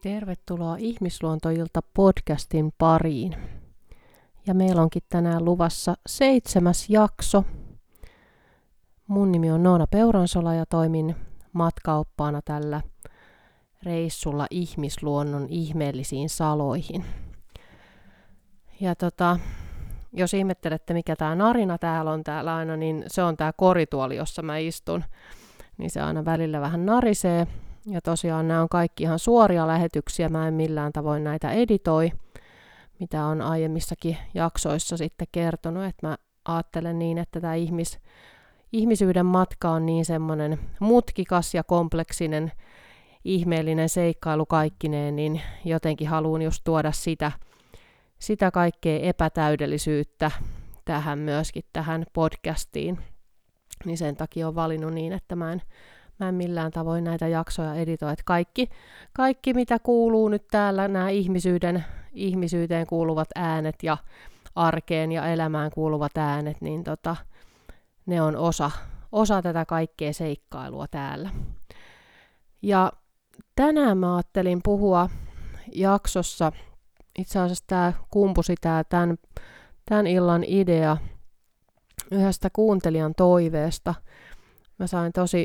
Tervetuloa Ihmisluontoilta podcastin pariin. Ja meillä onkin tänään luvassa 7. jakso. Mun nimi on Noona Peuransola ja toimin matkaoppaana tällä reissulla ihmisluonnon ihmeellisiin saloihin. Ja jos ihmettelette mikä tää narina täällä on täällä aina, niin se on tää korituoli, jossa mä istun. Niin se aina välillä vähän narisee. Ja tosiaan nämä on kaikki ihan suoria lähetyksiä, mä en millään tavoin näitä editoi, mitä on aiemmissakin jaksoissa sitten kertonut, että mä ajattelen niin, että tämä ihmisyyden matka on niin semmoinen mutkikas ja kompleksinen, ihmeellinen seikkailu kaikkineen, niin jotenkin haluan just tuoda sitä kaikkea epätäydellisyyttä tähän myöskin tähän podcastiin, niin sen takia olen valinnut niin, että mä en millään tavoin näitä jaksoja editoi. Että kaikki, mitä kuuluu nyt täällä, nämä ihmisyyteen kuuluvat äänet ja arkeen ja elämään kuuluvat äänet, niin ne on osa tätä kaikkea seikkailua täällä. Ja tänään mä ajattelin puhua jaksossa, itse asiassa tämä kumpusi tämän illan idea yhdestä kuuntelijan toiveesta. Mä sain tosi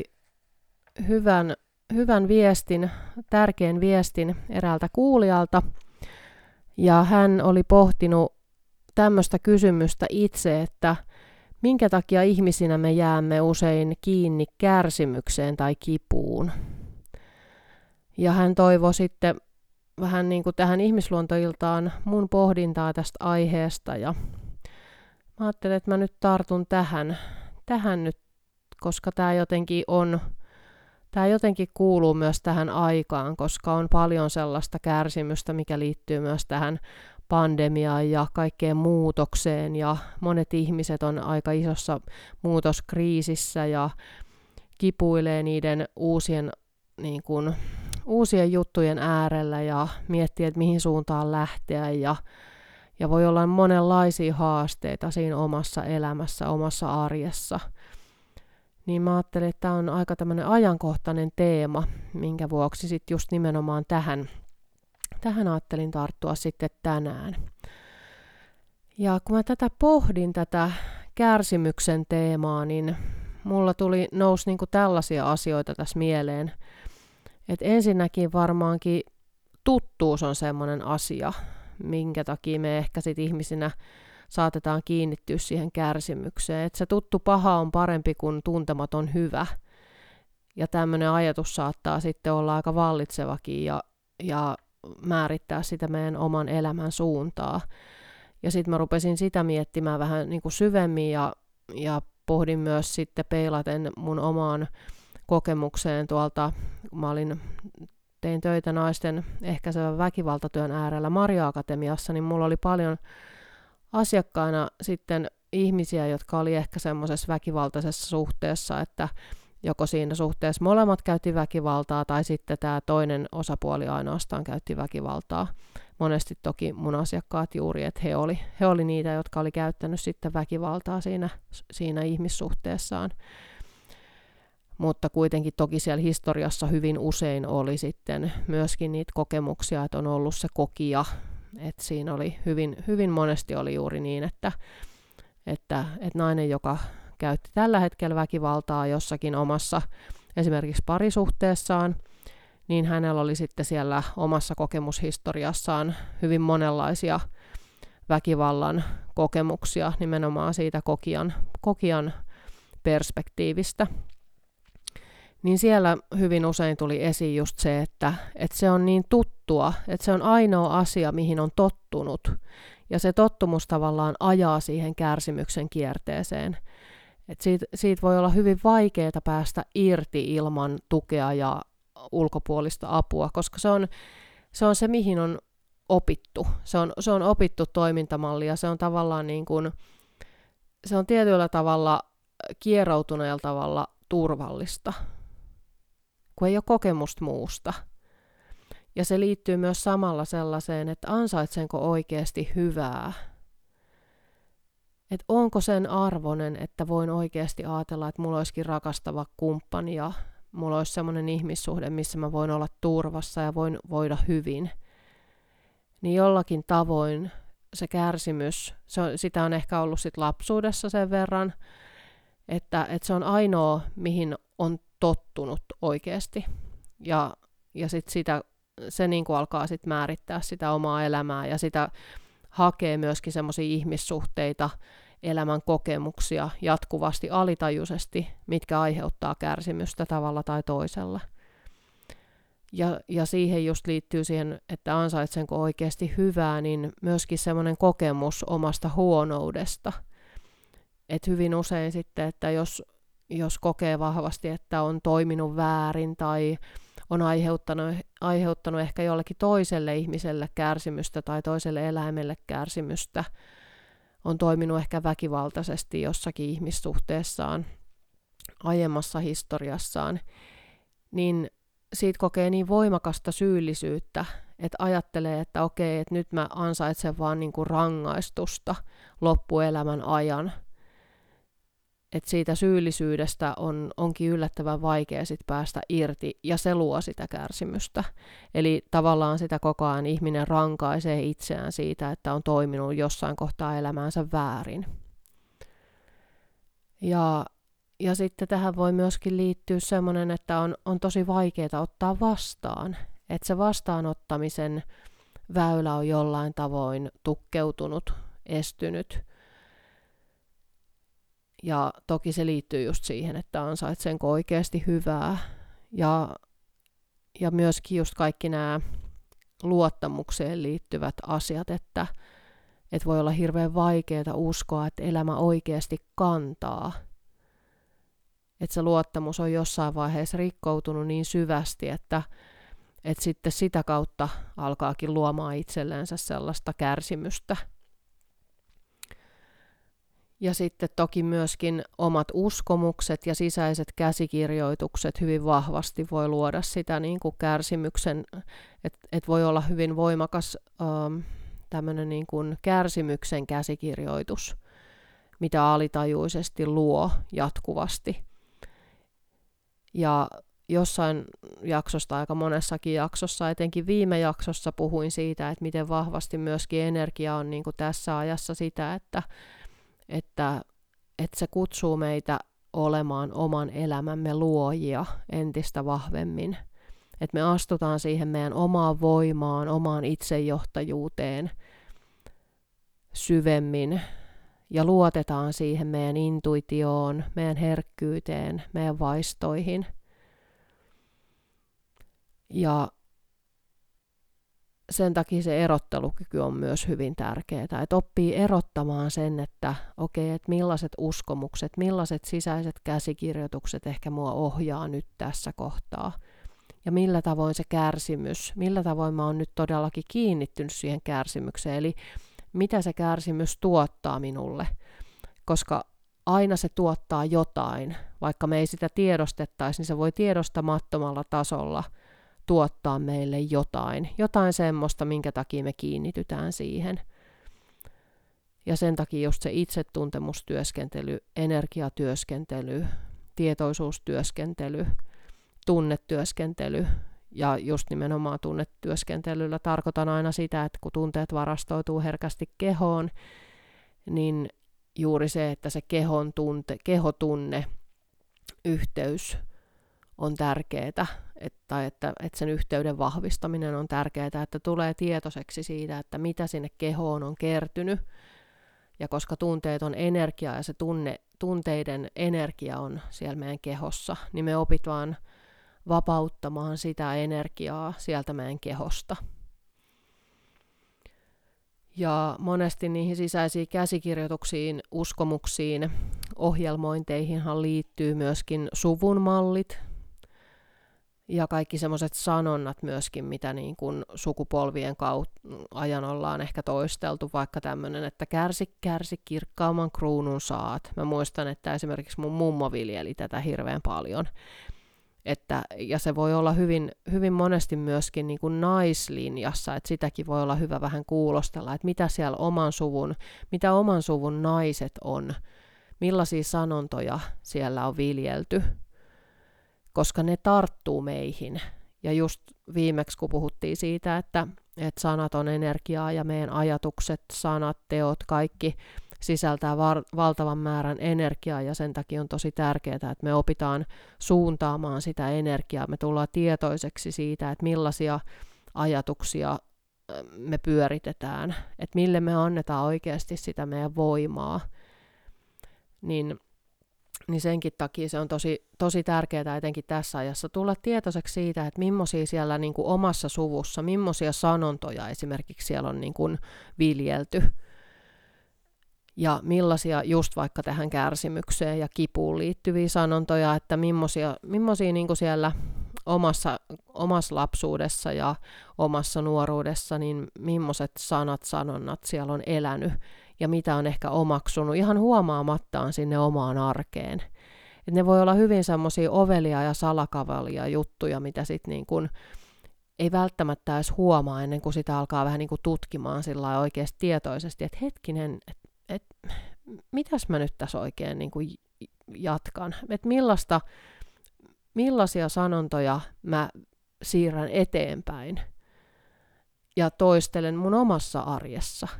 hyvän viestin, tärkeän viestin eräältä kuulijalta, ja hän oli pohtinut tämmöistä kysymystä itse, että minkä takia ihmisinä me jäämme usein kiinni kärsimykseen tai kipuun. Ja hän toivoi sitten vähän niin kuin tähän ihmisluontoiltaan mun pohdintaa tästä aiheesta, ja mä ajattelin, että mä nyt tartun tähän nyt, koska tämä jotenkin kuuluu myös tähän aikaan, koska on paljon sellaista kärsimystä, mikä liittyy myös tähän pandemiaan ja kaikkeen muutokseen. Ja monet ihmiset on aika isossa muutoskriisissä ja kipuilee niiden uusien juttujen äärellä ja miettii, että mihin suuntaan lähteä. Ja voi olla monenlaisia haasteita siinä omassa elämässä, omassa arjessa. Niin mä ajattelin, että tämä on aika tämmöinen ajankohtainen teema, minkä vuoksi sitten just nimenomaan tähän ajattelin tarttua sitten tänään. Ja kun mä pohdin tätä kärsimyksen teemaa, niin mulla nousi niinku tällaisia asioita tässä mieleen. Että ensinnäkin varmaankin tuttuus on semmoinen asia, minkä takia me ehkä sitten ihmisinä saatetaan kiinnittyä siihen kärsimykseen. Että se tuttu paha on parempi kuin tuntematon hyvä. Ja tämmöinen ajatus saattaa sitten olla aika vallitsevakin ja määrittää sitä meidän oman elämän suuntaa. Ja sitten mä rupesin sitä miettimään vähän niin kuin syvemmin ja pohdin myös sitten peilaten mun omaan kokemukseen tuolta, kun mä tein töitä naisten ehkäisevän väkivaltatyön äärellä Maria-akatemiassa, niin mulla oli paljon asiakkaina sitten ihmisiä, jotka oli ehkä semmoisessa väkivaltaisessa suhteessa, että joko siinä suhteessa molemmat käytti väkivaltaa tai sitten tämä toinen osapuoli ainoastaan käytti väkivaltaa. Monesti toki mun asiakkaat juuri, että he oli niitä, jotka oli käyttänyt sitten väkivaltaa siinä ihmissuhteessaan. Mutta kuitenkin toki siellä historiassa hyvin usein oli sitten myöskin niitä kokemuksia, että on ollut se kokija. Että siinä oli hyvin monesti oli juuri niin, että nainen, joka käytti tällä hetkellä väkivaltaa jossakin omassa esimerkiksi parisuhteessaan, niin hänellä oli sitten siellä omassa kokemushistoriassaan hyvin monenlaisia väkivallan kokemuksia nimenomaan siitä kokijan perspektiivistä. Niin siellä hyvin usein tuli esiin just se, että se on niin tuttua, että se on ainoa asia, mihin on tottunut. Ja se tottumus tavallaan ajaa siihen kärsimyksen kierteeseen. Et siitä voi olla hyvin vaikeaa päästä irti ilman tukea ja ulkopuolista apua, koska se on se, mihin on opittu. Se on opittu toimintamalli ja se on tavallaan niin kuin, se on tietyllä tavalla kieroutuneella tavalla turvallista, kun ei ole kokemusta muusta. Ja se liittyy myös samalla sellaiseen, että ansaitsenko oikeasti hyvää. Että onko sen arvoinen, että voin oikeasti ajatella, että mulla olisikin rakastava kumppani ja mulla olisi semmoinen ihmissuhde, missä mä voin olla turvassa ja voin voida hyvin, niin jollakin tavoin se kärsimys, sitä on ehkä ollut sit lapsuudessa sen verran, että se on ainoa, mihin on tottunut oikeasti. Ja sitten se niin kuin alkaa sit määrittää sitä omaa elämää ja sitä hakee myöskin semmoisia ihmissuhteita, elämän kokemuksia jatkuvasti alitajuisesti, mitkä aiheuttaa kärsimystä tavalla tai toisella. Ja siihen just liittyy siihen, että ansaitsenko oikeasti hyvää, niin myöskin semmoinen kokemus omasta huonoudesta. Et hyvin usein sitten, että jos kokee vahvasti, että on toiminut väärin tai on aiheuttanut ehkä jollekin toiselle ihmiselle kärsimystä tai toiselle eläimelle kärsimystä, on toiminut ehkä väkivaltaisesti jossakin ihmissuhteessaan, aiemmassa historiassaan, niin siitä kokee niin voimakasta syyllisyyttä, että ajattelee, että okei, että nyt mä ansaitsen vaan niin kuin rangaistusta loppuelämän ajan. Että siitä syyllisyydestä onkin yllättävän vaikea sit päästä irti, ja se luo sitä kärsimystä. Eli tavallaan sitä koko ajan ihminen rankaisee itseään siitä, että on toiminut jossain kohtaa elämäänsä väärin. Ja sitten tähän voi myöskin liittyä semmoinen, että on tosi vaikeaa ottaa vastaan. Että se vastaanottamisen väylä on jollain tavoin tukkeutunut, estynyt. Ja toki se liittyy just siihen, että ansaitsenko oikeasti hyvää. Ja myöskin just kaikki nämä luottamukseen liittyvät asiat, että voi olla hirveän vaikeaa uskoa, että elämä oikeasti kantaa. Että se luottamus on jossain vaiheessa rikkoutunut niin syvästi, että sitten sitä kautta alkaakin luomaan itsellensä sellaista kärsimystä. Ja sitten toki myöskin omat uskomukset ja sisäiset käsikirjoitukset hyvin vahvasti voi luoda sitä niin kuin kärsimyksen, että voi olla hyvin voimakas tämmöinen niin kuin kärsimyksen käsikirjoitus, mitä alitajuisesti luo jatkuvasti. Ja jossain jaksosta, aika monessakin jaksossa, etenkin viime jaksossa puhuin siitä, että miten vahvasti myöskin energia on niin kuin tässä ajassa sitä, että se kutsuu meitä olemaan oman elämämme luojia entistä vahvemmin. Että me astutaan siihen meidän omaan voimaan, omaan itsejohtajuuteen syvemmin ja luotetaan siihen meidän intuitioon, meidän herkkyyteen, meidän vaistoihin. Ja sen takia se erottelukyky on myös hyvin tärkeää, että oppii erottamaan sen, että okei, että millaiset uskomukset, millaiset sisäiset käsikirjoitukset ehkä mua ohjaa nyt tässä kohtaa. Ja millä tavoin se kärsimys, millä tavoin mä oon nyt todellakin kiinnittynyt siihen kärsimykseen, eli mitä se kärsimys tuottaa minulle, koska aina se tuottaa jotain, vaikka me ei sitä tiedostettaisi, niin se voi tiedostamattomalla tasolla tuottaa meille jotain semmoista, minkä takia me kiinnitytään siihen. Ja sen takia just se itsetuntemustyöskentely, energiatyöskentely, tietoisuustyöskentely, tunnetyöskentely, ja just nimenomaan tunnetyöskentelyllä tarkoitan aina sitä, että kun tunteet varastoituu herkästi kehoon, niin juuri se, että se kehotunne yhteys on tärkeää, että sen yhteyden vahvistaminen on tärkeää, että tulee tietoiseksi siitä, että mitä sinne kehoon on kertynyt. Ja koska tunteet on energiaa ja se tunteiden energia on siellä meidän kehossa, niin me opitaan vapauttamaan sitä energiaa sieltä meidän kehosta. Ja monesti niihin sisäisiin käsikirjoituksiin, uskomuksiin, ohjelmointeihinhan liittyy myöskin suvun mallit ja kaikki semmoiset sanonnat myöskin, mitä niin kuin sukupolvien ajan ollaan ehkä toisteltu, vaikka tämmöinen, että kärsi, kirkkaamman kruunun saat. Mä muistan, että esimerkiksi mun mummo viljeli tätä hirveän paljon. Ja se voi olla hyvin, hyvin monesti myöskin niin kuin naislinjassa, että sitäkin voi olla hyvä vähän kuulostella, että mitä siellä mitä oman suvun naiset on, millaisia sanontoja siellä on viljelty. koska ne tarttuu meihin. Ja just viimeksi, kun puhuttiin siitä, että sanat on energiaa ja meidän ajatukset, sanat, teot, kaikki sisältää valtavan määrän energiaa ja sen takia on tosi tärkeää, että me opitaan suuntaamaan sitä energiaa. Me tullaan tietoiseksi siitä, että millaisia ajatuksia me pyöritetään, että mille me annetaan oikeasti sitä meidän voimaa. Niin senkin takia se on tosi tärkeää etenkin tässä ajassa tulla tietoiseksi siitä, että millaisia siellä niin kuin omassa suvussa, millaisia sanontoja esimerkiksi siellä on niin kuin viljelty. Ja millaisia just vaikka tähän kärsimykseen ja kipuun liittyviä sanontoja, että millaisia niin kuin siellä omassa lapsuudessa ja omassa nuoruudessa, niin millaiset sanonnat siellä on elänyt ja mitä on ehkä omaksunut ihan huomaamattaan sinne omaan arkeen. Et ne voi olla hyvin semmoisia ovelia ja salakavalia juttuja, mitä sitten niin kun ei välttämättä edes huomaa ennen kuin sitä alkaa vähän niin kuin tutkimaan sillä oikeasti tietoisesti, että hetkinen, että mitäs mä nyt tässä oikein niin kuin jatkan, että millaisia sanontoja mä siirrän eteenpäin ja toistelen mun omassa arjessa.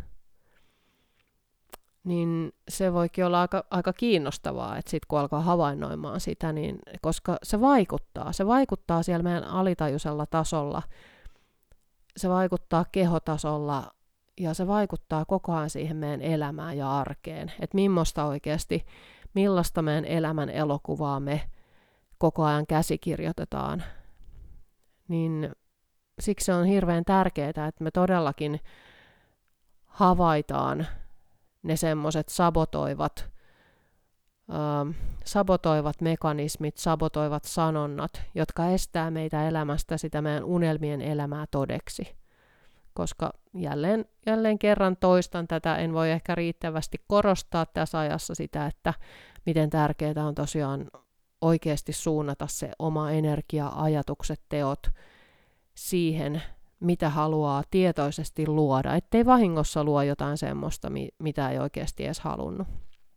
Niin se voikin olla aika kiinnostavaa, että sit kun alkaa havainnoimaan sitä, niin, koska se vaikuttaa siellä meidän alitajuisella tasolla, se vaikuttaa kehotasolla ja se vaikuttaa koko ajan siihen meidän elämään ja arkeen, että millaista meidän elämän elokuvaa me koko ajan käsikirjoitetaan, niin siksi on hirveän tärkeää, että me todellakin havaitaan ne semmoiset sabotoivat mekanismit, sabotoivat sanonnat, jotka estää meitä elämästä sitä meidän unelmien elämää todeksi. Koska jälleen kerran toistan tätä, en voi ehkä riittävästi korostaa tässä ajassa sitä, että miten tärkeää on tosiaan oikeasti suunnata se oma energia, ajatukset, teot siihen, mitä haluaa tietoisesti luoda, ettei vahingossa luo jotain semmoista, mitä ei oikeasti edes halunnut.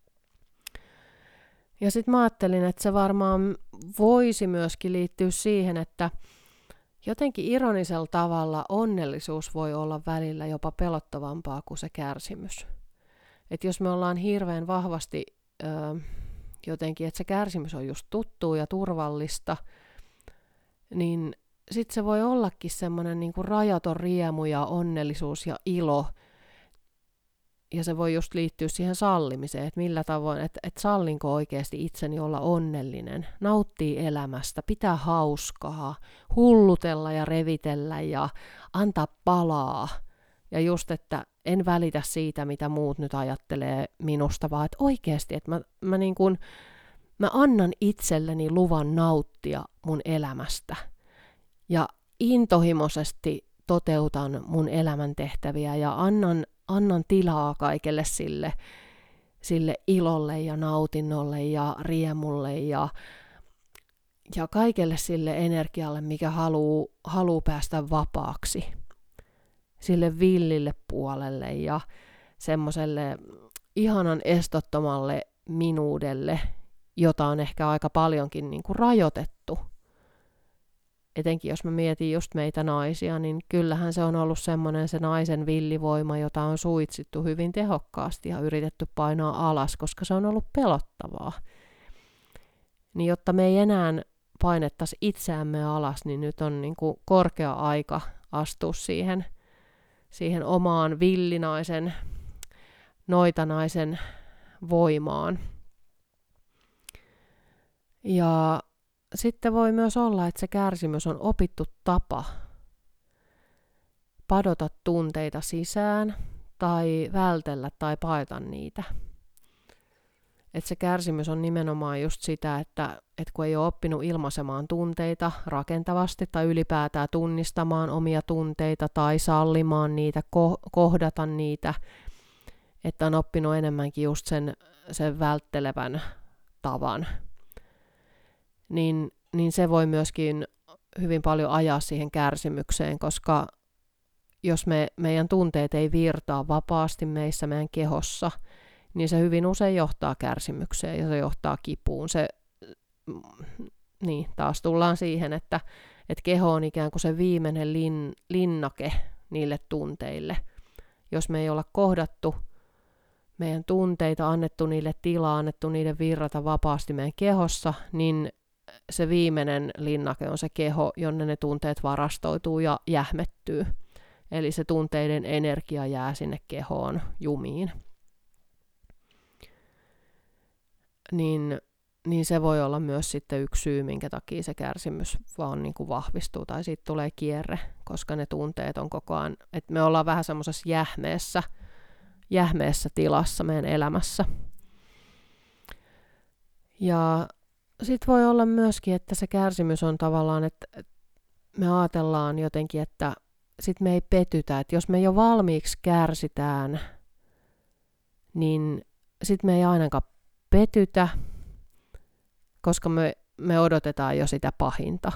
Ja sitten mä ajattelin, että se varmaan voisi myöskin liittyä siihen, että jotenkin ironisella tavalla onnellisuus voi olla välillä jopa pelottavampaa kuin se kärsimys. Että jos me ollaan hirveän vahvasti jotenkin, että se kärsimys on just tuttua ja turvallista, niin sitten se voi ollakin semmoinen niin kuin rajaton riemu ja onnellisuus ja ilo. Ja se voi just liittyä siihen sallimiseen, että millä tavoin, että sallinko oikeasti itseni olla onnellinen, nauttii elämästä, pitää hauskaa, hullutella ja revitellä ja antaa palaa. Ja just, että en välitä siitä, mitä muut nyt ajattelee minusta, vaan että oikeasti, että mä annan itselleni luvan nauttia mun elämästä. Ja intohimoisesti toteutan mun elämäntehtäviä ja annan tilaa kaikelle sille ilolle ja nautinnolle ja riemulle ja kaikelle sille energialle, mikä haluaa päästä vapaaksi. Sille villille puolelle ja semmoiselle ihanan estottomalle minuudelle, jota on ehkä aika paljonkin niin kuin rajoitettu. Etenkin jos mä mietin just meitä naisia, niin kyllähän se on ollut semmoinen se naisen villivoima, jota on suitsittu hyvin tehokkaasti ja yritetty painaa alas, koska se on ollut pelottavaa. Niin jotta me ei enää painettaisi itseämme alas, niin nyt on niin kuin korkea aika astua siihen omaan villinaisen, noitanaisen voimaan. Ja sitten voi myös olla, että se kärsimys on opittu tapa padota tunteita sisään tai vältellä tai paeta niitä. Että se kärsimys on nimenomaan just sitä, että kun ei ole oppinut ilmaisemaan tunteita rakentavasti tai ylipäätään tunnistamaan omia tunteita tai sallimaan niitä, kohdata niitä, että on oppinut enemmänkin just sen välttelevän tavan. Niin se voi myöskin hyvin paljon ajaa siihen kärsimykseen, koska jos meidän tunteet ei virtaa vapaasti meissä, meidän kehossa, niin se hyvin usein johtaa kärsimykseen ja se johtaa kipuun. niin taas tullaan siihen, että keho on ikään kuin se viimeinen linnake niille tunteille. Jos me ei olla kohdattu meidän tunteita, annettu niille tilaa, annettu niiden virrata vapaasti meidän kehossa, niin se viimeinen linnake on se keho, jonne ne tunteet varastoituu ja jähmettyy. Eli se tunteiden energia jää sinne kehoon jumiin. Niin se voi olla myös sitten yksi syy, minkä takia se kärsimys vaan niin kuin vahvistuu tai siitä tulee kierre, koska ne tunteet on koko ajan, että me ollaan vähän semmoisessa jähmeessä tilassa meidän elämässä. Ja sitten voi olla myöskin, että se kärsimys on tavallaan, että me ajatellaan jotenkin, että sitten me ei petytä, että jos me jo valmiiksi kärsitään, niin sitten me ei ainakaan petytä, koska me odotetaan jo sitä pahinta.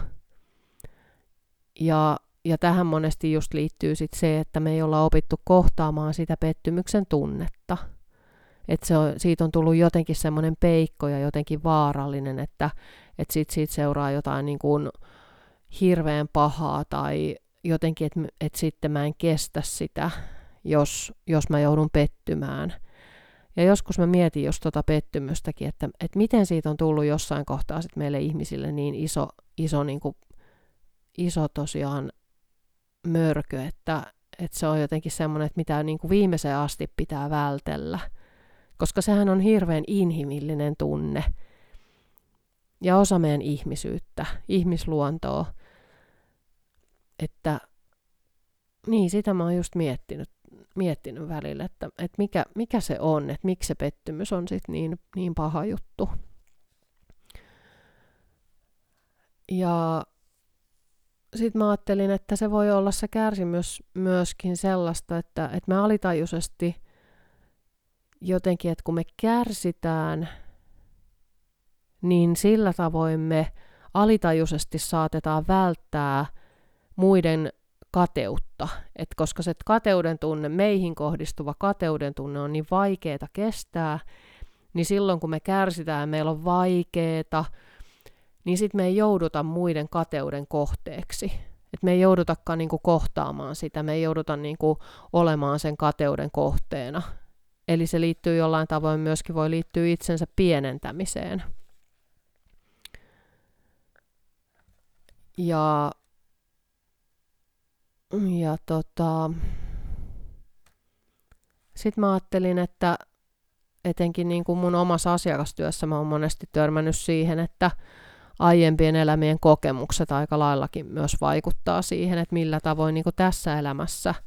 Ja tähän monesti just liittyy sit se, että me ei olla opittu kohtaamaan sitä pettymyksen tunnetta. Että siitä on tullut jotenkin semmoinen peikko ja jotenkin vaarallinen, että siitä seuraa jotain niin kuin hirveän pahaa tai jotenkin, että sitten mä en kestä sitä, jos mä joudun pettymään. Ja joskus mä mietin just tota pettymystäkin, että miten siitä on tullut jossain kohtaa sit meille ihmisille niin iso tosiaan mörkö, että se on jotenkin semmoinen, että mitä niin kuin viimeiseen asti pitää vältellä. Koska sehän on hirveän inhimillinen tunne ja osa meidän ihmisyyttä, ihmisluontoa. Että niin, sitä mä oon just miettinyt välillä, että mikä se on, että miksi se pettymys on sitten niin paha juttu. Ja sitten mä ajattelin, että se voi olla se kärsimys myöskin sellaista, että me alitajuisesti jotenkin, että kun me kärsitään, niin sillä tavoin me alitajuisesti saatetaan välttää muiden kateutta. Et koska se kateuden tunne, meihin kohdistuva kateuden tunne on niin vaikeeta kestää, niin silloin kun me kärsitään ja meillä on vaikeeta, niin sitten me ei jouduta muiden kateuden kohteeksi. Et me ei joudutakaan niinku kohtaamaan sitä, me ei jouduta niinku olemaan sen kateuden kohteena. Eli se liittyy jollain tavoin myöskin, voi liittyä itsensä pienentämiseen. Ja sitten mä ajattelin, että etenkin niin kuin mun omassa asiakastyössä mä oon monesti törmännyt siihen, että aiempien elämien kokemukset aika laillakin myös vaikuttaa siihen, että millä tavoin niin kuin tässä elämässä,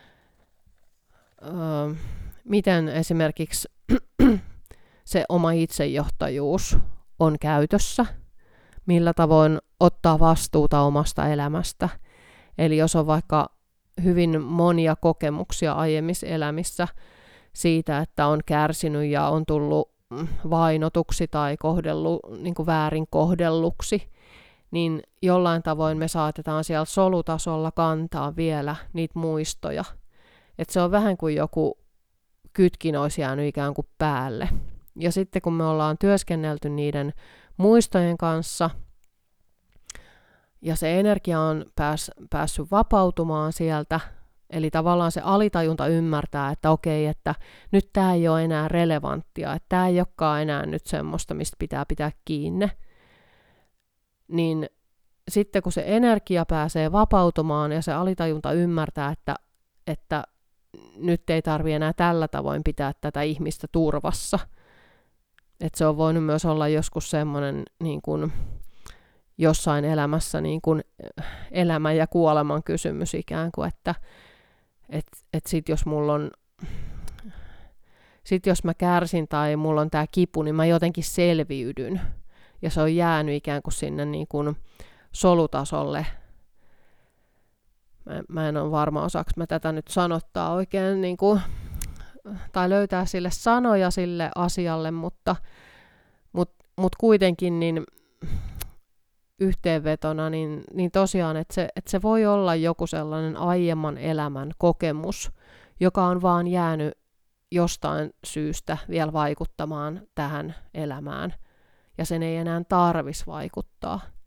miten esimerkiksi se oma itsejohtajuus on käytössä, millä tavoin ottaa vastuuta omasta elämästä. Eli jos on vaikka hyvin monia kokemuksia aiemmissa elämissä siitä, että on kärsinyt ja on tullut vainotuksi tai niin kuin väärin kohdelluksi, niin jollain tavoin me saatetaan siellä solutasolla kantaa vielä niitä muistoja. Että se on vähän kuin joku kytkin olisi jäänyt ikään kuin päälle. Ja sitten kun me ollaan työskennelty niiden muistojen kanssa, ja se energia on päässyt vapautumaan sieltä, eli tavallaan se alitajunta ymmärtää, että okei, että nyt tämä ei ole enää relevanttia, että tämä ei olekaan enää nyt semmoista, mistä pitää kiinni. Niin sitten kun se energia pääsee vapautumaan ja se alitajunta ymmärtää, että nyt ei tarvitse enää tällä tavoin pitää tätä ihmistä turvassa. Että se on voinut myös olla joskus semmoinen niin kuin jossain elämässä niin kuin elämän ja kuoleman kysymys ikään kuin, että sit jos mulla on, jos mä kärsin tai mulla on tää kipu, niin mä jotenkin selviydyn. Ja se on jäänyt ikään kuin sinne niin kuin solutasolle. Mä en ole varma, osaanko mä tätä nyt sanottaa oikein, niin kuin, tai löytää sille sanoja sille asialle, mutta kuitenkin niin yhteenvetona, niin tosiaan, että se voi olla joku sellainen aiemman elämän kokemus, joka on vaan jäänyt jostain syystä vielä vaikuttamaan tähän elämään, ja sen ei enää tarvitsisi vaikuttaa.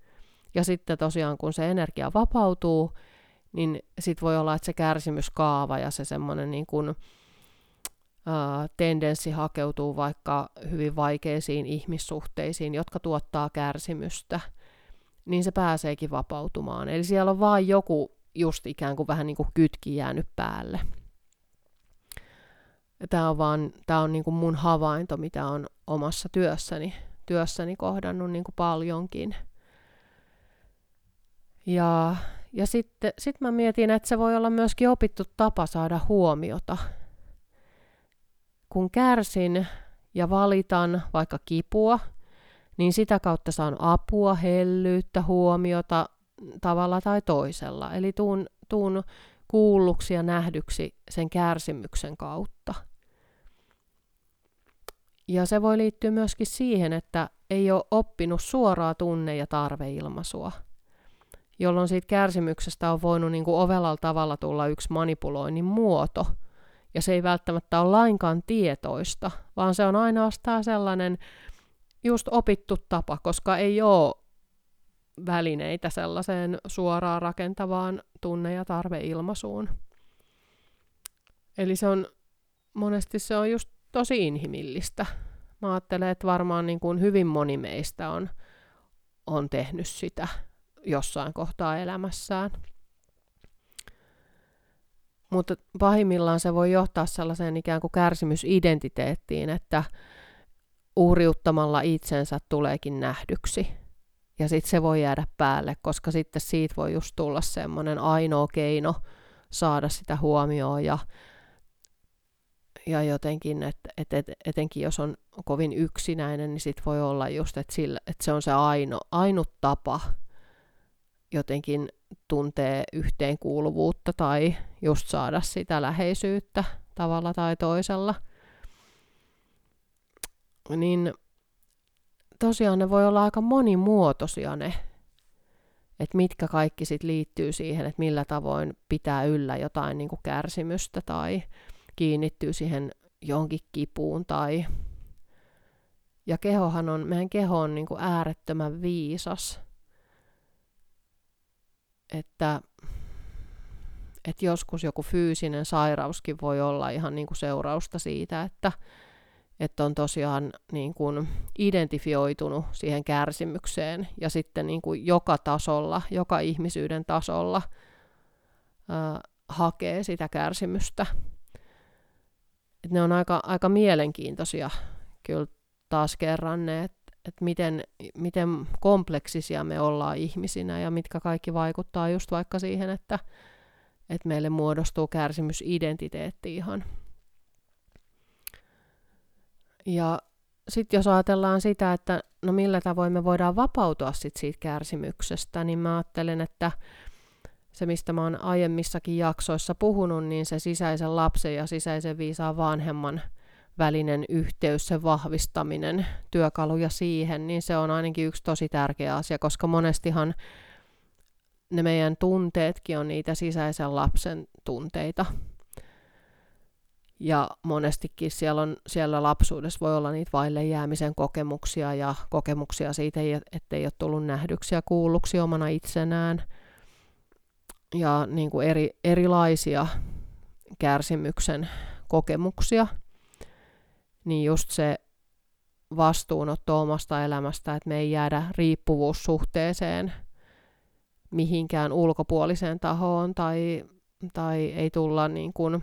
Ja sitten tosiaan kun se energia vapautuu, niin sit voi olla, että se kärsimyskaava ja se semmoinen niin kuin, tendenssi hakeutuu vaikka hyvin vaikeisiin ihmissuhteisiin, jotka tuottaa kärsimystä, niin se pääseekin vapautumaan. Eli siellä on vaan joku just ikään kuin vähän niin kuin kytki jäänyt päälle. Tämä on niin kuin mun havainto, mitä on omassa työssäni kohdannut niin kuin paljonkin. Ja sitten mä mietin, että se voi olla myöskin opittu tapa saada huomiota. Kun kärsin ja valitan vaikka kipua, niin sitä kautta saan apua, hellyyttä, huomiota tavalla tai toisella. Eli tuun kuulluksi ja nähdyksi sen kärsimyksen kautta. Ja se voi liittyä myöskin siihen, että ei ole oppinut suoraa tunne- ja tarveilmaisua, jolloin siitä kärsimyksestä on voinut niin kuin ovelalla tavalla tulla yksi manipuloinnin muoto. Ja se ei välttämättä ole lainkaan tietoista, vaan se on ainoastaan sellainen just opittu tapa, koska ei ole välineitä sellaiseen suoraan rakentavaan tunne- ja tarveilmaisuun. Eli monesti se on just tosi inhimillistä. Mä ajattelen, että varmaan niin kuin hyvin moni meistä on tehnyt sitä jossain kohtaa elämässään. Mutta pahimmillaan se voi johtaa sellaiseen ikään kuin kärsimysidentiteettiin, että uhriuttamalla itsensä tuleekin nähdyksi. Ja sitten se voi jäädä päälle, koska sitten siitä voi just tulla semmoinen ainoa keino saada sitä huomioon. Ja jotenkin, että etenkin jos on kovin yksinäinen, niin sit voi olla just, että se on se ainut tapa jotenkin tuntee yhteenkuuluvuutta tai just saada sitä läheisyyttä tavalla tai toisella. Niin tosiaan ne voi olla aika monimuotoisia ne, että mitkä kaikki sit liittyy siihen, että millä tavoin pitää yllä jotain niin kuin kärsimystä tai kiinnittyy siihen johonkin kipuun. Ja meidän keho on niin kuin äärettömän viisas. Että joskus joku fyysinen sairauskin voi olla ihan niin kuin seurausta siitä, että on tosiaan niin kuin identifioitunut siihen kärsimykseen ja sitten niin kuin joka tasolla, joka ihmisyyden tasolla hakee sitä kärsimystä. Et ne on aika mielenkiintoisia kyllä taas kerran ne, että miten kompleksisia me ollaan ihmisinä ja mitkä kaikki vaikuttaa just vaikka siihen, että meille muodostuu kärsimysidentiteetti ihan. Ja sitten jos ajatellaan sitä, että no millä tavoin me voidaan vapautua siitä kärsimyksestä, niin mä ajattelen, että se mistä mä oon aiemmissakin jaksoissa puhunut, niin se sisäisen lapsen ja sisäisen viisaan vanhemman välinen yhteys, sen vahvistaminen, työkaluja siihen, niin se on ainakin yksi tosi tärkeä asia, koska monestihan ne meidän tunteetkin on niitä sisäisen lapsen tunteita. Ja monestikin siellä lapsuudessa voi olla niitä vaille jäämisen kokemuksia ja kokemuksia siitä, ettei ole tullut nähdyksi ja kuulluksi omana itsenään. Ja niin kuin erilaisia kärsimyksen kokemuksia. Niin just se vastuunotto omasta elämästä, että me ei jäädä riippuvuussuhteeseen mihinkään ulkopuoliseen tahoon tai ei tulla niin kuin,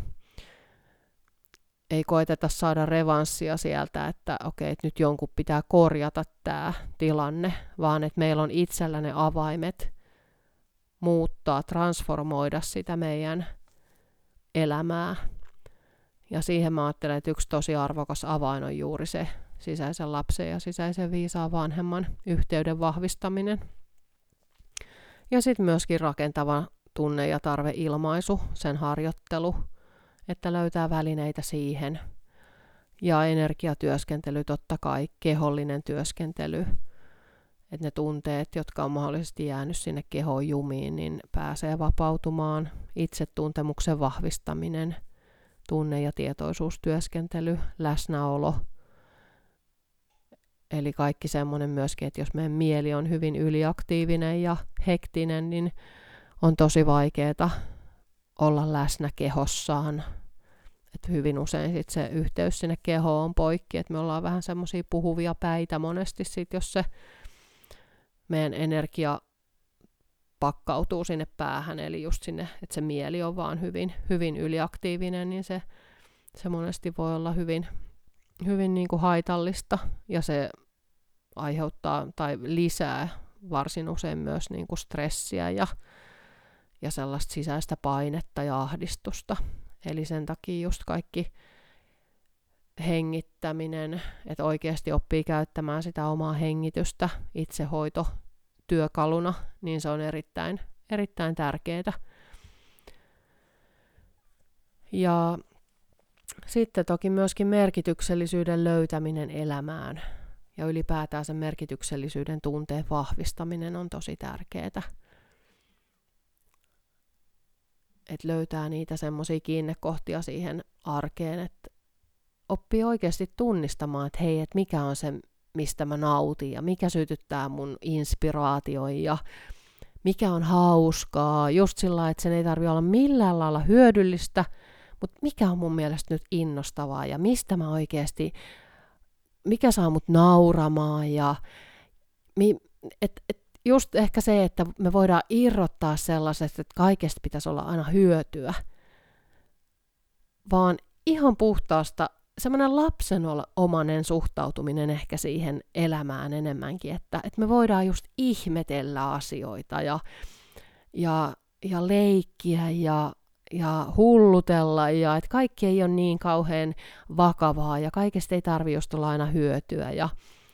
ei koeteta saada revanssia sieltä, että okei, että nyt jonkun pitää korjata tämä tilanne, vaan että meillä on itsellä ne avaimet muuttaa, transformoida sitä meidän elämää. Ja siihen mä ajattelen, että yksi tosi arvokas avain on juuri se sisäisen lapsen ja sisäisen viisaan vanhemman yhteyden vahvistaminen. Ja sitten myöskin rakentava tunne- ja tarveilmaisu, sen harjoittelu, että löytää välineitä siihen. Ja energiatyöskentely totta kai, kehollinen työskentely, että ne tunteet, jotka on mahdollisesti jäänyt sinne kehoon jumiin, niin pääsee vapautumaan. Itsetuntemuksen vahvistaminen, tunne- ja tietoisuustyöskentely, läsnäolo. Eli kaikki semmoinen myöskin, että jos meidän mieli on hyvin yliaktiivinen ja hektinen, niin on tosi vaikeaa olla läsnä kehossaan. Et hyvin usein sit se yhteys sinne kehoon on poikki, että me ollaan vähän semmoisia puhuvia päitä monesti sit, jos se meidän energia pakkautuu sinne päähän, eli just sinne, että se mieli on vaan hyvin, hyvin yliaktiivinen, niin se monesti voi olla hyvin, hyvin niin kuin haitallista, ja se aiheuttaa tai lisää varsin usein myös niin kuin stressiä ja sellaista sisäistä painetta ja ahdistusta. Eli sen takia just kaikki hengittäminen, että oikeasti oppii käyttämään sitä omaa hengitystä itsehoitotyökaluna, niin se on erittäin, erittäin tärkeää. Ja sitten toki myöskin merkityksellisyyden löytäminen elämään ja ylipäätään sen merkityksellisyyden tunteen vahvistaminen on tosi tärkeää. Että löytää niitä semmoisia kiinnekohtia siihen arkeen, että oppii oikeasti tunnistamaan, että hei, että mikä on se, mistä mä nautin ja mikä sytyttää mun inspiraation ja mikä on hauskaa. Just sillä lailla, että sen ei tarvitse olla millään lailla hyödyllistä, mutta mikä on mun mielestä nyt innostavaa ja mistä mä oikeasti, mikä saa mut nauramaan ja just ehkä se, että me voidaan irrottaa sellaisesta, että kaikesta pitäisi olla aina hyötyä, vaan ihan puhtaasta semmoinen lapsenomainen suhtautuminen ehkä siihen elämään enemmänkin, että me voidaan just ihmetellä asioita ja leikkiä ja hullutella ja että kaikki ei ole niin kauhean vakavaa ja kaikesta ei tarvitse just olla aina hyötyä. Ja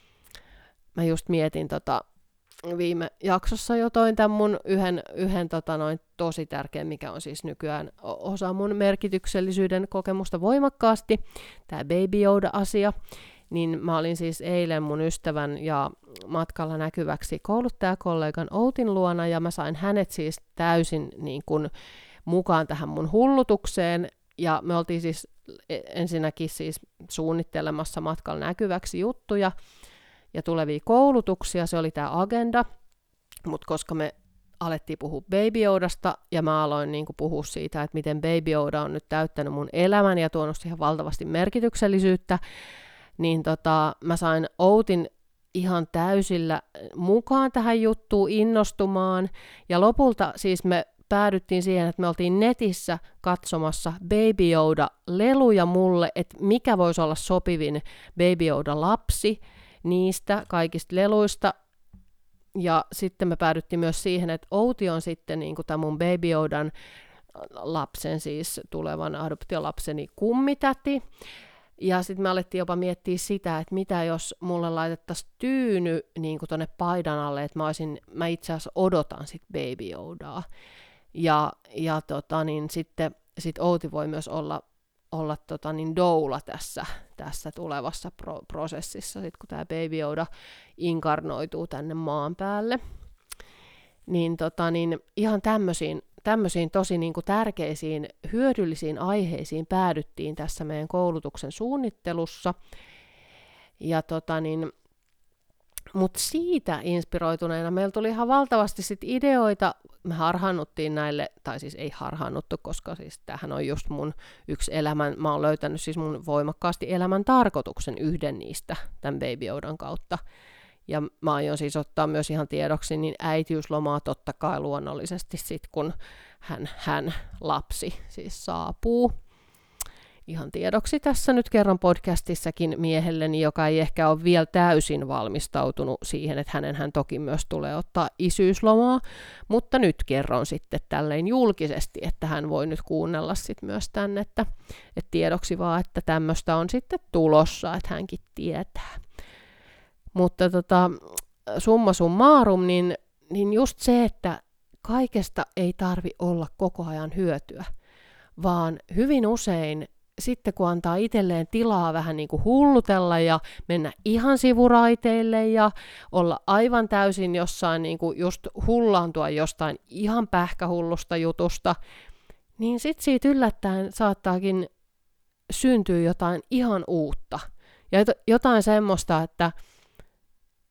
mä just mietin viime jaksossa jo toin tämän mun yhden tosi tärkeän, mikä on siis nykyään osa mun merkityksellisyyden kokemusta voimakkaasti, tämä Baby Yoda-asia. Niin mä olin siis eilen mun ystävän ja matkalla näkyväksi kouluttajakollegan Outin luona, ja mä sain hänet siis täysin niin kuin mukaan tähän mun hullutukseen, ja me oltiin siis ensinnäkin siis suunnittelemassa matkalla näkyväksi juttuja, ja tulevia koulutuksia, se oli tämä agenda, mutta koska me alettiin puhua Baby Yodasta, ja mä aloin niinku puhua siitä, että miten Baby Yoda on nyt täyttänyt mun elämän ja tuonut siihen valtavasti merkityksellisyyttä, niin mä sain Outin ihan täysillä mukaan tähän juttuun innostumaan, ja lopulta siis me päädyttiin siihen, että me oltiin netissä katsomassa Baby Yoda-leluja mulle, että mikä voisi olla sopivin Baby Yoda-lapsi, niistä kaikista leluista, ja sitten me päädyttiin myös siihen, että Outi on sitten niin kuin tämän mun Baby Yodan lapsen, siis tulevan adoptiolapseni kummitäti, ja sitten me alettiin jopa miettiä sitä, että mitä jos mulle laitettaisiin tyyny niin kuin tonne paidan alle, että mä itse asiassa odotan sit Baby Yodaa, ja sitten Outi voi myös olla doula tässä tulevassa prosessissa, sit kun tämä Baby Yoda inkarnoituu tänne maan päälle. Niin, ihan tämmöisiin tosi niinku tärkeisiin, hyödyllisiin aiheisiin päädyttiin tässä meidän koulutuksen suunnittelussa. Ja mutta siitä inspiroituneena meillä tuli ihan valtavasti sit ideoita. Me harhaannuttiin näille, tai siis ei harhaannuttu, koska siis tämähän on just mun yksi mä oon löytänyt siis mun voimakkaasti elämän tarkoituksen yhden niistä tämän Baby Yodan kautta. Ja mä aion siis ottaa myös ihan tiedoksi niin äitiyslomaa totta kai luonnollisesti sit, kun hän lapsi siis saapuu. Ihan tiedoksi tässä nyt kerron podcastissakin miehelleni, joka ei ehkä ole vielä täysin valmistautunut siihen, että hän toki myös tulee ottaa isyyslomaa, mutta nyt kerron sitten tälleen julkisesti, että hän voi nyt kuunnella sitten myös tänne, että tiedoksi vaan, että tämmöistä on sitten tulossa, että hänkin tietää. Mutta summa summarum, niin just se, että kaikesta ei tarvi olla koko ajan hyötyä, vaan hyvin usein sitten kun antaa itselleen tilaa vähän niin kuin hullutella ja mennä ihan sivuraiteille ja olla aivan täysin jossain niin kuin just hullaantua jostain ihan pähkähullusta jutusta, niin sitten siitä yllättäen saattaakin syntyä jotain ihan uutta. Ja jotain semmoista, että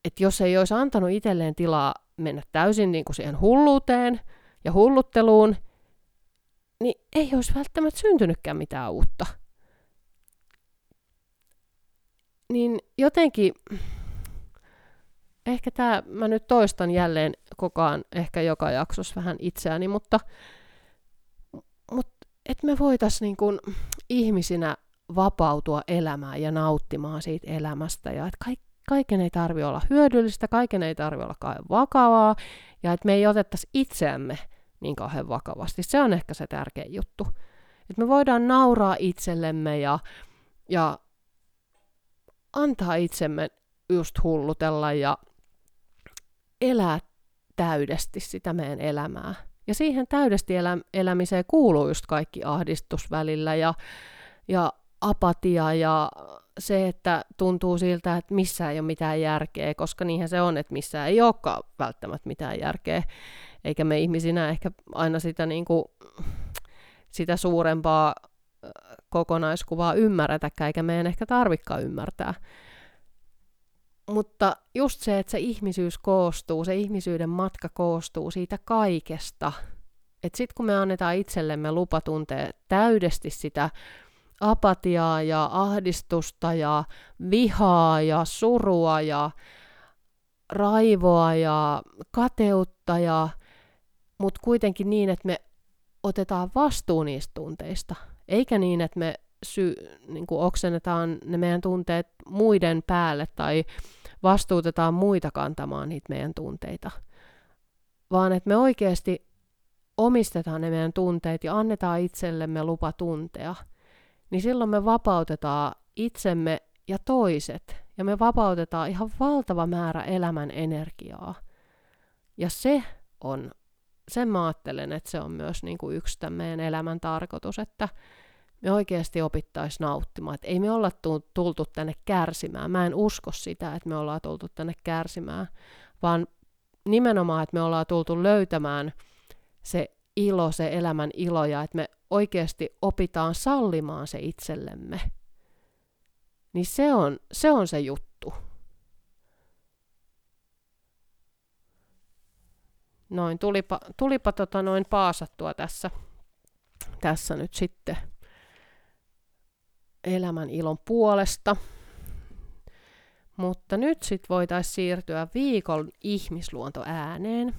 että jos ei olisi antanut itselleen tilaa mennä täysin niin kuin siihen hulluuteen ja hullutteluun, niin ei olisi välttämättä syntynytkään mitään uutta. Niin jotenkin, ehkä mä nyt toistan jälleen koko ajan, ehkä joka jaksossa vähän itseäni, mutta että me voitaisiin niin kuin ihmisinä vapautua elämään ja nauttimaan siitä elämästä, ja että kaiken ei tarvitse olla hyödyllistä, kaiken ei tarvitse olla kauhean vakavaa, ja että me ei otettaisi itseämme niin kauhean vakavasti. Se on ehkä se tärkein juttu. Että me voidaan nauraa itsellemme ja antaa itsemme just hullutella ja elää täydesti sitä meidän elämää. Ja siihen täydesti elämiseen kuuluu just kaikki ahdistus välillä ja apatia ja se, että tuntuu siltä, että missään ei ole mitään järkeä, koska niinhän se on, että missään ei olekaan välttämättä mitään järkeä. Eikä me ihmisinä ehkä aina sitä, niin kuin, sitä suurempaa kokonaiskuvaa ymmärretäkään, eikä meidän ehkä tarvikaan ymmärtää. Mutta just se, että se ihmisyys koostuu, se ihmisyyden matka koostuu siitä kaikesta. Että sitten kun me annetaan itsellemme lupa tuntea täydesti sitä apatiaa ja ahdistusta ja vihaa ja surua ja raivoa ja kateutta, mutta kuitenkin niin, että me otetaan vastuu niistä tunteista, eikä niin, että me niin kuin oksennetaan ne meidän tunteet muiden päälle tai vastuutetaan muita kantamaan niitä meidän tunteita, vaan että me oikeasti omistetaan ne meidän tunteet ja annetaan itsellemme lupa tuntea, niin silloin me vapautetaan itsemme ja toiset, ja me vapautetaan ihan valtava määrä elämän energiaa. Ja sen mä ajattelen, että se on myös niin kuin yksi tämän meidän elämän tarkoitus, että me oikeasti opittaisiin nauttimaan. Että ei me olla tultu tänne kärsimään. Mä en usko sitä, että me ollaan tultu tänne kärsimään, vaan nimenomaan, että me ollaan tultu löytämään se ilo, se elämän ilo, ja että me oikeasti opitaan sallimaan se itsellemme. Niin se on se juttu. Noin, tulipa paasattua tässä nyt sitten elämän ilon puolesta. Mutta nyt sitten voitaisiin siirtyä viikon ihmisluontoääneen.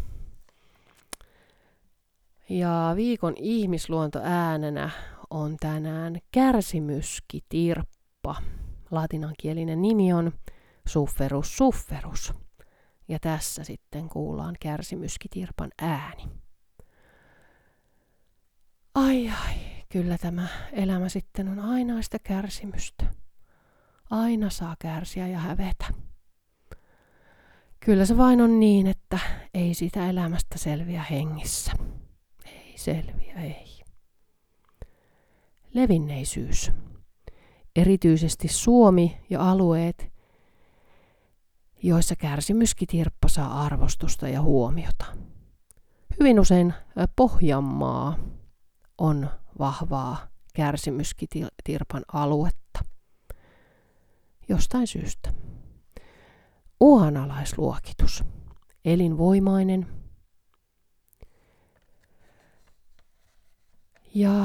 Ja viikon ihmisluontoäänenä on tänään kärsimyskitirppa. Latinankielinen nimi on sufferus sufferus. Ja tässä sitten kuullaan kärsimyskitirpan ääni. Ai, kyllä tämä elämä sitten on ainaista kärsimystä. Aina saa kärsiä ja hävetä. Kyllä se vain on niin, että ei sitä elämästä selviä hengissä. Ei selviä, ei. Levinneisyys. Erityisesti Suomi ja alueet, joissa kärsimyskitirppa saa arvostusta ja huomiota. Hyvin usein Pohjanmaa on vahvaa kärsimyskitirpan aluetta. Jostain syystä. Uhanalaisluokitus. Elinvoimainen. Ja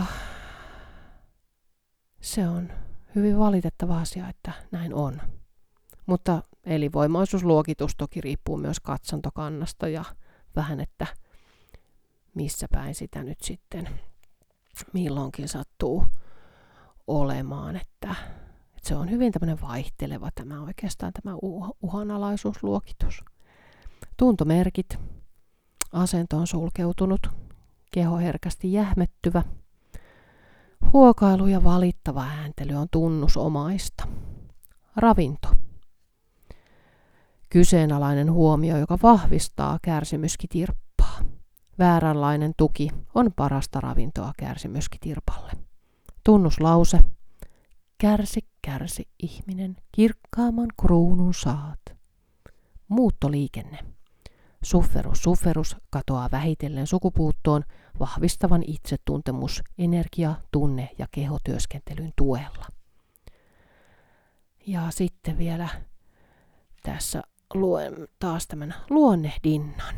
se on hyvin valitettava asia, että näin on. Mutta elinvoimaisuusluokitus toki riippuu myös katsantokannasta ja vähän, että missä päin sitä nyt sitten milloinkin sattuu olemaan, että se on hyvin tämmöinen vaihteleva tämä uhanalaisuusluokitus. Tuntomerkit. Asento on sulkeutunut, keho herkästi jähmettyvä. Huokailu ja valittava ääntely on tunnusomaista. Ravinto. Kyseenalainen huomio, joka vahvistaa kärsimyskitirppaa. Vääränlainen tuki on parasta ravintoa kärsimyskitirpalle. Tunnuslause. Kärsi, kärsi ihminen, kirkkaamman kruunun saat. Muuttoliikenne. Sufferus, sufferus katoaa vähitellen sukupuuttoon vahvistavan itsetuntemus, energia, tunne ja kehotyöskentelyn tuella. Ja sitten vielä tässä luen taas tämän luonnehdinnan.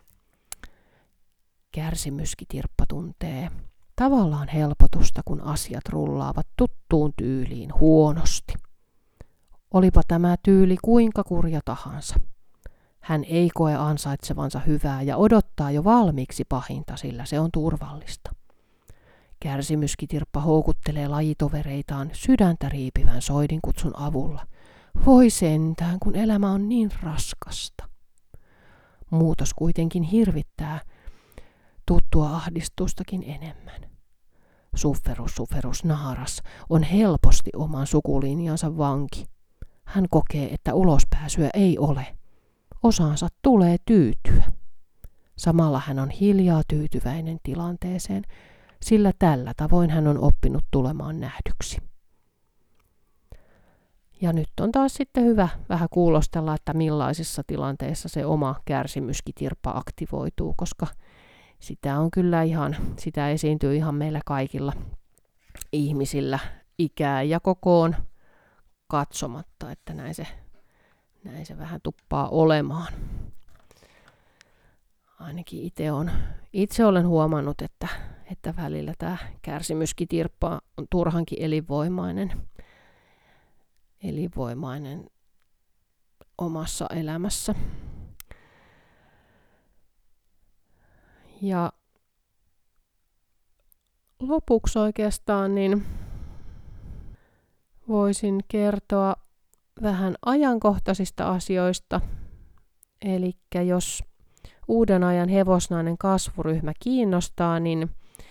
Kärsimyskitirppa tuntee tavallaan helpotusta, kun asiat rullaavat tuttuun tyyliin huonosti. Olipa tämä tyyli kuinka kurja tahansa. Hän ei koe ansaitsevansa hyvää ja odottaa jo valmiiksi pahinta, sillä se on turvallista. Kärsimyskitirppa houkuttelee lajitovereitaan sydäntä riipivän soidinkutsun avulla. Voi sentään, kun elämä on niin raskasta. Muutos kuitenkin hirvittää tuttua ahdistustakin enemmän. Sufferus naharas on helposti oman sukulinjansa vanki. Hän kokee, että ulospääsyä ei ole. Osaansa tulee tyytyä. Samalla hän on hiljaa tyytyväinen tilanteeseen, sillä tällä tavoin hän on oppinut tulemaan nähdyksi. Ja nyt on taas sitten hyvä vähän kuulostella, että millaisissa tilanteissa se oma kärsimyskitirppa aktivoituu, koska sitä esiintyy ihan meillä kaikilla ihmisillä ikään ja kokoon katsomatta, että näin se vähän tuppaa olemaan. Ainakin itse olen huomannut, että välillä tämä kärsimyskitirppa on turhankin elinvoimainen omassa elämässä. Ja lopuksi oikeastaan niin voisin kertoa vähän ajankohtaisista asioista. Eli jos uuden ajan hevosnainen kasvuryhmä kiinnostaa, niin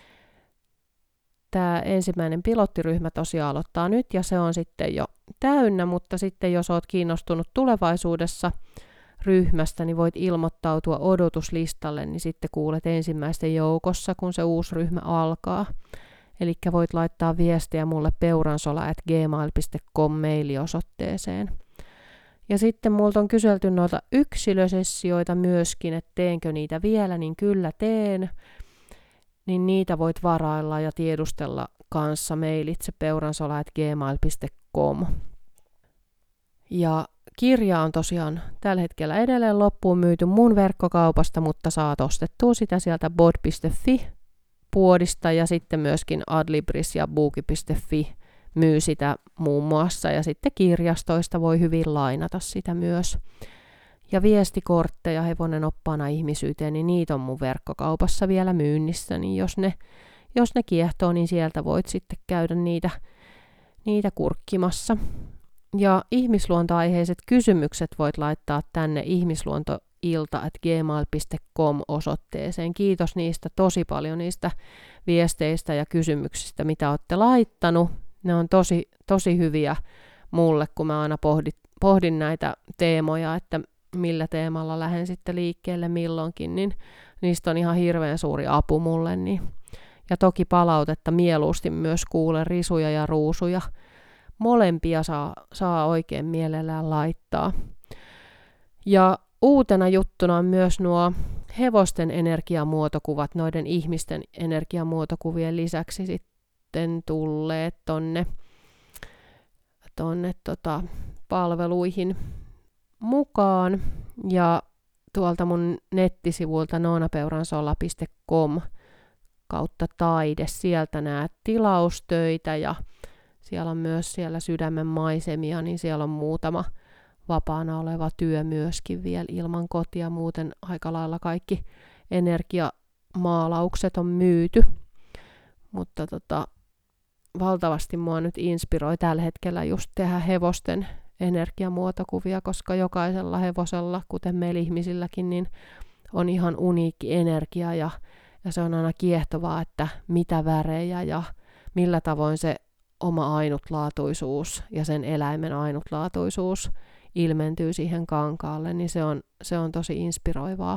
tämä ensimmäinen pilottiryhmä tosiaan aloittaa nyt ja se on sitten jo täynnä, mutta sitten jos olet kiinnostunut tulevaisuudessa ryhmästä, niin voit ilmoittautua odotuslistalle, niin sitten kuulet ensimmäisten joukossa, kun se uusi ryhmä alkaa. Eli voit laittaa viestiä mulle peuransola@gmail.com mailiosoitteeseen. Ja sitten multa on kyselty noita yksilösessioita myöskin, että teenkö niitä vielä, niin kyllä teen. Niin niitä voit varailla ja tiedustella kanssa mailitse peuransola@gmail.com. Ja kirja on tosiaan tällä hetkellä edelleen loppuun myyty mun verkkokaupasta, mutta saat ostettua sitä sieltä bod.fi-puodista ja sitten myöskin Adlibris ja Booki.fi myy sitä muun muassa ja sitten kirjastoista voi hyvin lainata sitä myös. Ja viestikortteja Hevonen oppaana ihmisyyteen, niin niitä on mun verkkokaupassa vielä myynnissä, niin jos ne kiehtoo, niin sieltä voit sitten käydä niitä kurkkimassa. Ja ihmisluontoaiheiset kysymykset voit laittaa tänne ihmisluontoilta@gmail.com osoitteeseen. Kiitos niistä tosi paljon niistä viesteistä ja kysymyksistä, mitä olette laittanut. Ne on tosi hyviä mulle, kun mä aina pohdin näitä teemoja, että millä teemalla lähden sitten liikkeelle milloinkin, niin niistä on ihan hirveän suuri apu mulle. Niin. Ja toki palautetta mieluusti myös kuulen, risuja ja ruusuja. Molempia saa oikein mielellään laittaa. Ja uutena juttuna on myös nuo hevosten energiamuotokuvat, noiden ihmisten energiamuotokuvien lisäksi sitten tulleet tonne palveluihin mukaan. Ja tuolta mun nettisivuilta noonapeuransola.com kautta taide, sieltä näet tilaustöitä ja siellä on myös siellä sydämen maisemia, niin siellä on muutama vapaana oleva työ myöskin vielä ilman kotia. Muuten aika lailla kaikki energiamaalaukset on myyty. Mutta valtavasti mua nyt inspiroi tällä hetkellä just tehdä hevosten energiamuotokuvia, koska jokaisella hevosella, kuten meillä ihmisilläkin, niin on ihan uniikki energia ja se on aina kiehtovaa, että mitä värejä ja millä tavoin se oma ainutlaatuisuus ja sen eläimen ainutlaatuisuus ilmentyy siihen kankaalle, niin se on tosi inspiroivaa.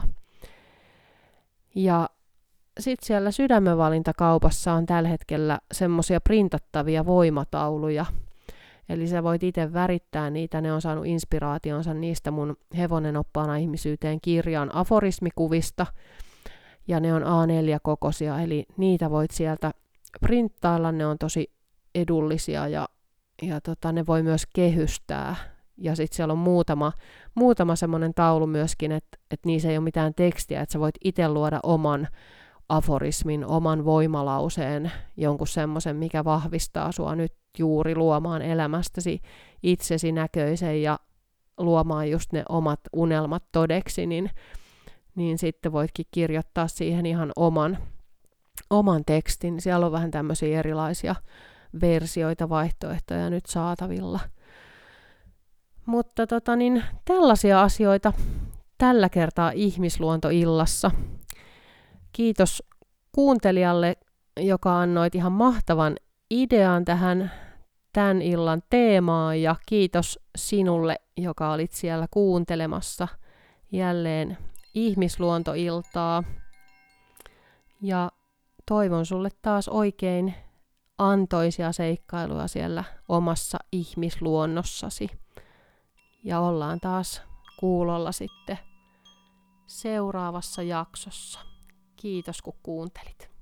Ja sitten siellä sydämenvalintakaupassa on tällä hetkellä semmoisia printattavia voimatauluja. Eli sä voit itse värittää niitä, ne on saanut inspiraationsa niistä mun Hevonen oppaana ihmisyyteen -kirjan aforismikuvista. Ja ne on A4-kokoisia, eli niitä voit sieltä printtailla, ne on tosi edullisia ja ne voi myös kehystää Ja sitten siellä on muutama semmoinen taulu myöskin, että niissä ei ole mitään tekstiä, että sä voit itse luoda oman aforismin, oman voimalauseen, jonkun semmoisen, mikä vahvistaa sua nyt juuri luomaan elämästäsi itsesi näköisen ja luomaan just ne omat unelmat todeksi, niin sitten voitkin kirjoittaa siihen ihan oman tekstin. Siellä on vähän tämmöisiä erilaisia versioita, vaihtoehtoja nyt saatavilla. Mutta tällaisia asioita tällä kertaa Ihmisluontoillassa. Kiitos kuuntelijalle, joka annoit ihan mahtavan idean tähän tämän illan teemaan, ja kiitos sinulle, joka olit siellä kuuntelemassa jälleen Ihmisluontoiltaa. Ja toivon sulle taas oikein antoisia seikkailuja siellä omassa ihmisluonnossasi. Ja ollaan taas kuulolla sitten seuraavassa jaksossa. Kiitos kun kuuntelit.